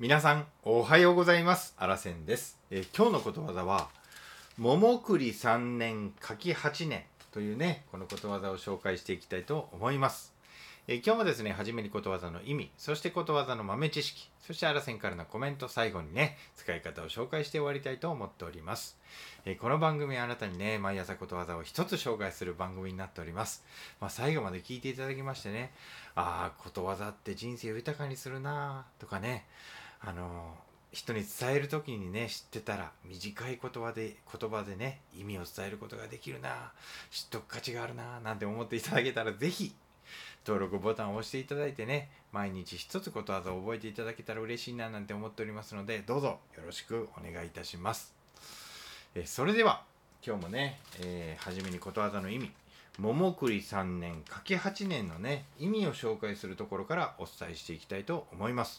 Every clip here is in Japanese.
皆さんおはようございます。あらせんです。今日のことわざは桃栗3年柿8年というね、このことわざを紹介していきたいと思います。今日もですね、初めにことわざの意味、そしてことわざの豆知識、そしてあらせんからのコメント、最後にね、使い方を紹介して終わりたいと思っております。この番組はあなたにね、毎朝ことわざを一つ紹介する番組になっております。最後まで聞いていただきましてね、ことわざって人生を豊かにするなとかね、人に伝える時にね、知ってたら短い言葉でね、意味を伝えることができるな、知っとく価値があるななんて思っていただけたら、ぜひ登録ボタンを押していただいてね、毎日一つことわざを覚えていただけたら嬉しいななんて思っておりますので、どうぞよろしくお願いいたします。それでは今日もね、初めにことわざの意味、桃栗3年柿8年のね、意味を紹介するところからお伝えしていきたいと思います。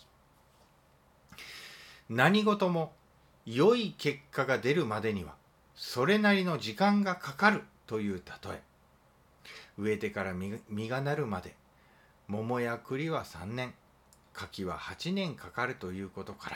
何事も良い結果が出るまでにはそれなりの時間がかかるという例え。植えてから実がなるまで桃や栗は3年、柿は8年かかるということから、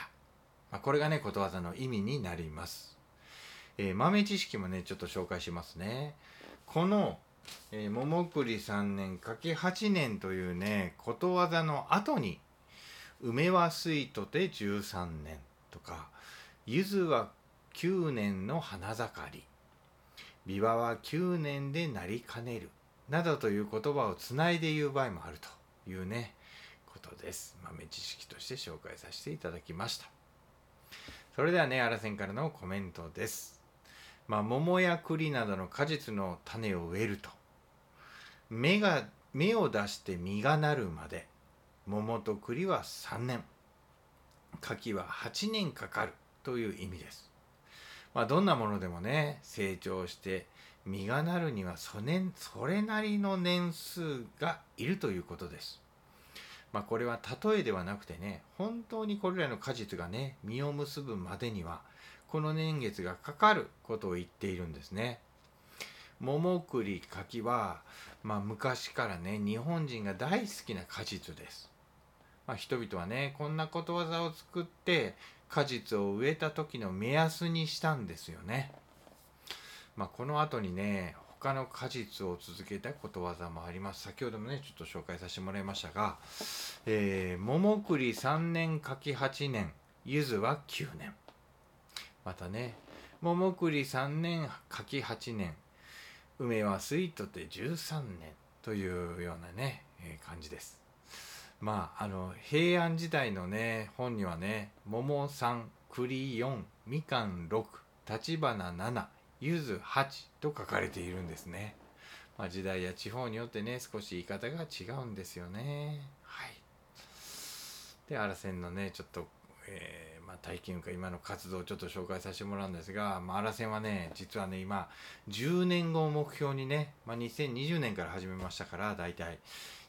これがね、ことわざの意味になります。豆知識もね、ちょっと紹介しますね。この、桃栗3年柿8年というね、ことわざの後に梅は水とて13年とか、柚子は9年の花盛り、琵琶は9年でなりかねるなどという言葉をつないで言う場合もあるというね、ことです。豆知識として紹介させていただきました。それではね、あらせんからのコメントです。桃や栗などの果実の種を植えると、芽を出して実がなるまで桃と栗は3年、柿は8年かかるという意味です。どんなものでもね、成長して実がなるにはそれなりの年数がいるということです。これは例えではなくてね、本当にこれらの果実がね、実を結ぶまでにはこの年月がかかることを言っているんですね。桃栗柿は、昔からね、日本人が大好きな果実です。人々はね、こんなことわざを作って果実を植えた時の目安にしたんですよね。この後にね、他の果実を続けたことわざもあります。先ほどもね、ちょっと紹介させてもらいましたが、桃栗3年柿8年、柚子は9年。またね、桃栗3年柿8年、梅は水とて13年というようなね、感じです。平安時代のね、本にはね、桃3、栗4、みかん6、立花7、柚子8と書かれているんですね。時代や地方によってね、少し言い方が違うんですよね。はい。で、あらせんのね、ちょっと、体験か今の活動をちょっと紹介させてもらうんですが、あらせんはね、実はね、今、10年後を目標にね、2020年から始めましたから、だいたい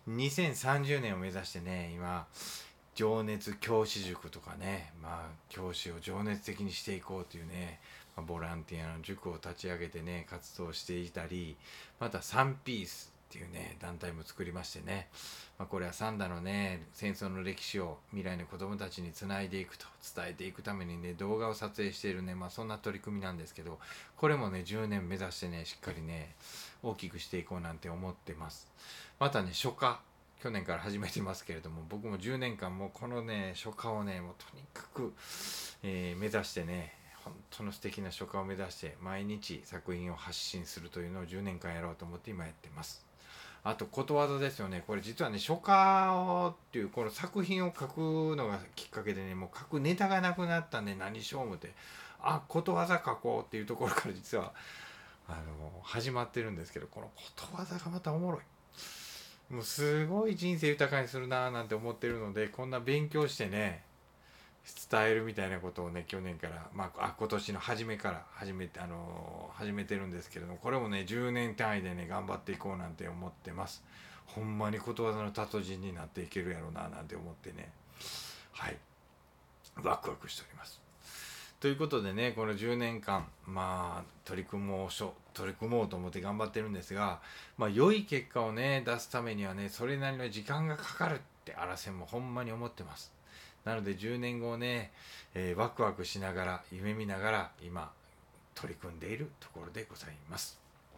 2030年を目指してね、今、情熱教師塾とかね、教師を情熱的にしていこうというね、ボランティアの塾を立ち上げてね、活動していたり、またサンピースっていうね、団体も作りましてね、これはサンダのね、戦争の歴史を未来の子供たちにつないでいくと、伝えていくためにね、動画を撮影しているね、そんな取り組みなんですけど、これもね、10年目指してね、しっかりね、大きくしていこうなんて思ってます。またね、書家、去年から始めてますけれども、僕も10年間もこのね、書家をね、もうとにかく、目指してね、本当の素敵な書家を目指して毎日作品を発信するというのを10年間やろうと思って今やってます。あとことわざですよね。これ実はね、書家っていうこの作品を書くのがきっかけでね、もう書くネタがなくなったんで何しよう思って、ことわざ書こうっていうところから実は始まってるんですけど、このことわざがまたおもろい。もうすごい人生豊かにするなーなんて思ってるので、こんな勉強してね、伝えるみたいなことをね、去年から、今年の初めから始めてるんですけれども、これもね、10年単位でね、頑張っていこうなんて思ってます。ほんまにことわざの達人になっていけるやろうななんて思ってね、はい、ワクワクしております。ということでね、この10年間、取り組もうと思って頑張ってるんですが、良い結果をね、出すためにはね、それなりの時間がかかるってあらせんもほんまに思ってます。 なので10年後をね、ワクワクしながら夢見ながら今取り組んでいるところでございます。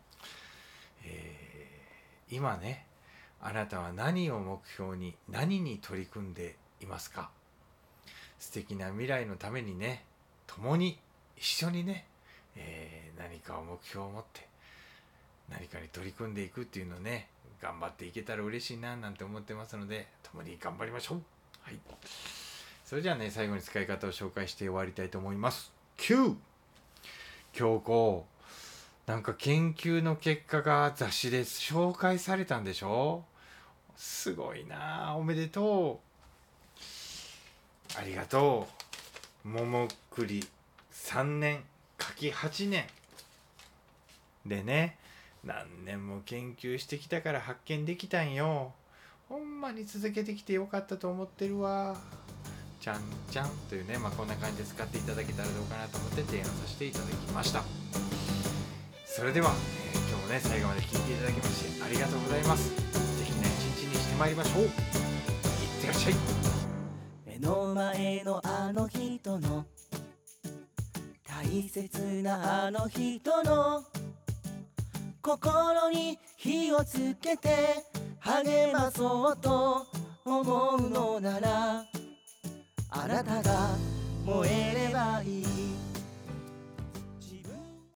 今ね、あなたは何を目標に何に取り組んでいますか？素敵な未来のためにね、共に一緒にね、何かを目標を持って何かに取り組んでいくっていうのをね、頑張っていけたら嬉しいななんて思ってますので、共に頑張りましょう。はい。それじゃあね、最後に使い方を紹介して終わりたいと思います。9、京子、なんか研究の結果が雑誌で紹介されたんでしょ？すごいな、おめでとう。ありがとう。桃栗3年、柿8年でね、何年も研究してきたから発見できたんよ。ほんまに続けてきてよかったと思ってるわ。ちゃんちゃんというね、こんな感じで使っていただけたらどうかなと思って提案させていただきました。それでは、今日もね、最後まで聞いていただきましてありがとうございます。素敵な一日にしてまいりましょう。いってらっしゃい。 目の前のあの人の大切なあの人の心に火をつけて励まそうと思うのなら、あなたが燃えればいい。